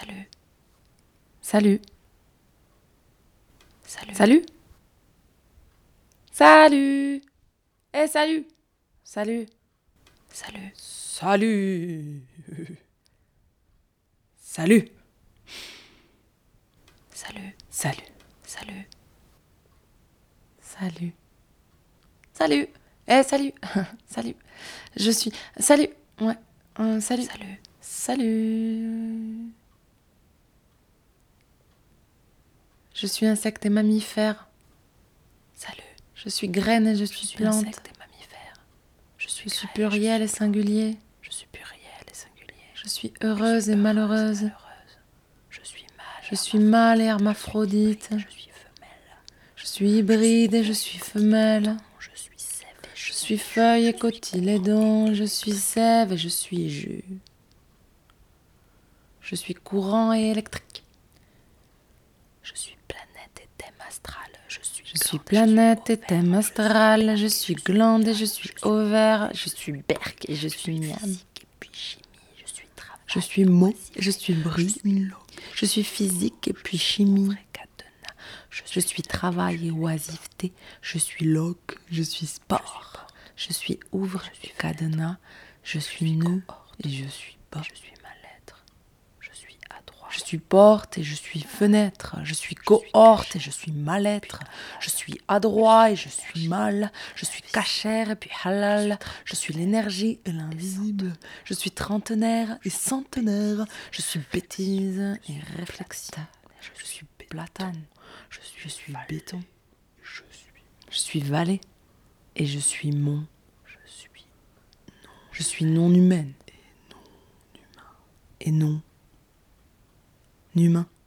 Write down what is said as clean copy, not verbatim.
Salut. Salut. Salut. Salut. Salut. Eh, salut. Salut. Salut. Salut. Salut. Salut. Salut. Salut. Salut. Salut. Eh, salut. Salut. Je suis... Salut. Ouais. Salut. Salut. Salut. Je suis insecte et mammifère. Salut. Je suis graine et je suis plante. Insecte et mammifère. Je suis Je suis graine, pluriel je et suis singulier. plante. Je suis pluriel et singulier. Je suis heureuse et malheureuse. Je suis mâle. Je suis mâle et hermaphrodite. Je suis femelle. Je suis hybride et je suis femelle. Je suis sève et Je suis feuille et cotylédon. Je suis sève et je suis jus. Je suis courant et électrique. Je suis planète et thème astral. Je suis planète et thème astral. Je suis glande et je suis ovaire. Je suis berque et je suis miam. Physique et puis chimie. Je suis travail. Je suis mot et je suis bruit. Je suis physique et puis chimie. Je suis travail et oisiveté. Je suis loque, je suis sport. Je suis ouvre et cadenas. Je suis nœud et je suis bas. Je suis mal-être. Je suis adroit. Je suis porte et je suis fenêtre. Je suis cohorte et je suis mal-être. Je suis adroit et je suis mal. Je suis cachère et puis halal. Je suis l'énergie et l'invisible. Je suis trentenaire et centenaire. Je suis bêtise et réflexive. Je suis platane. Je suis béton. Je suis vallée et je suis mont. Je suis non humaine et non humain.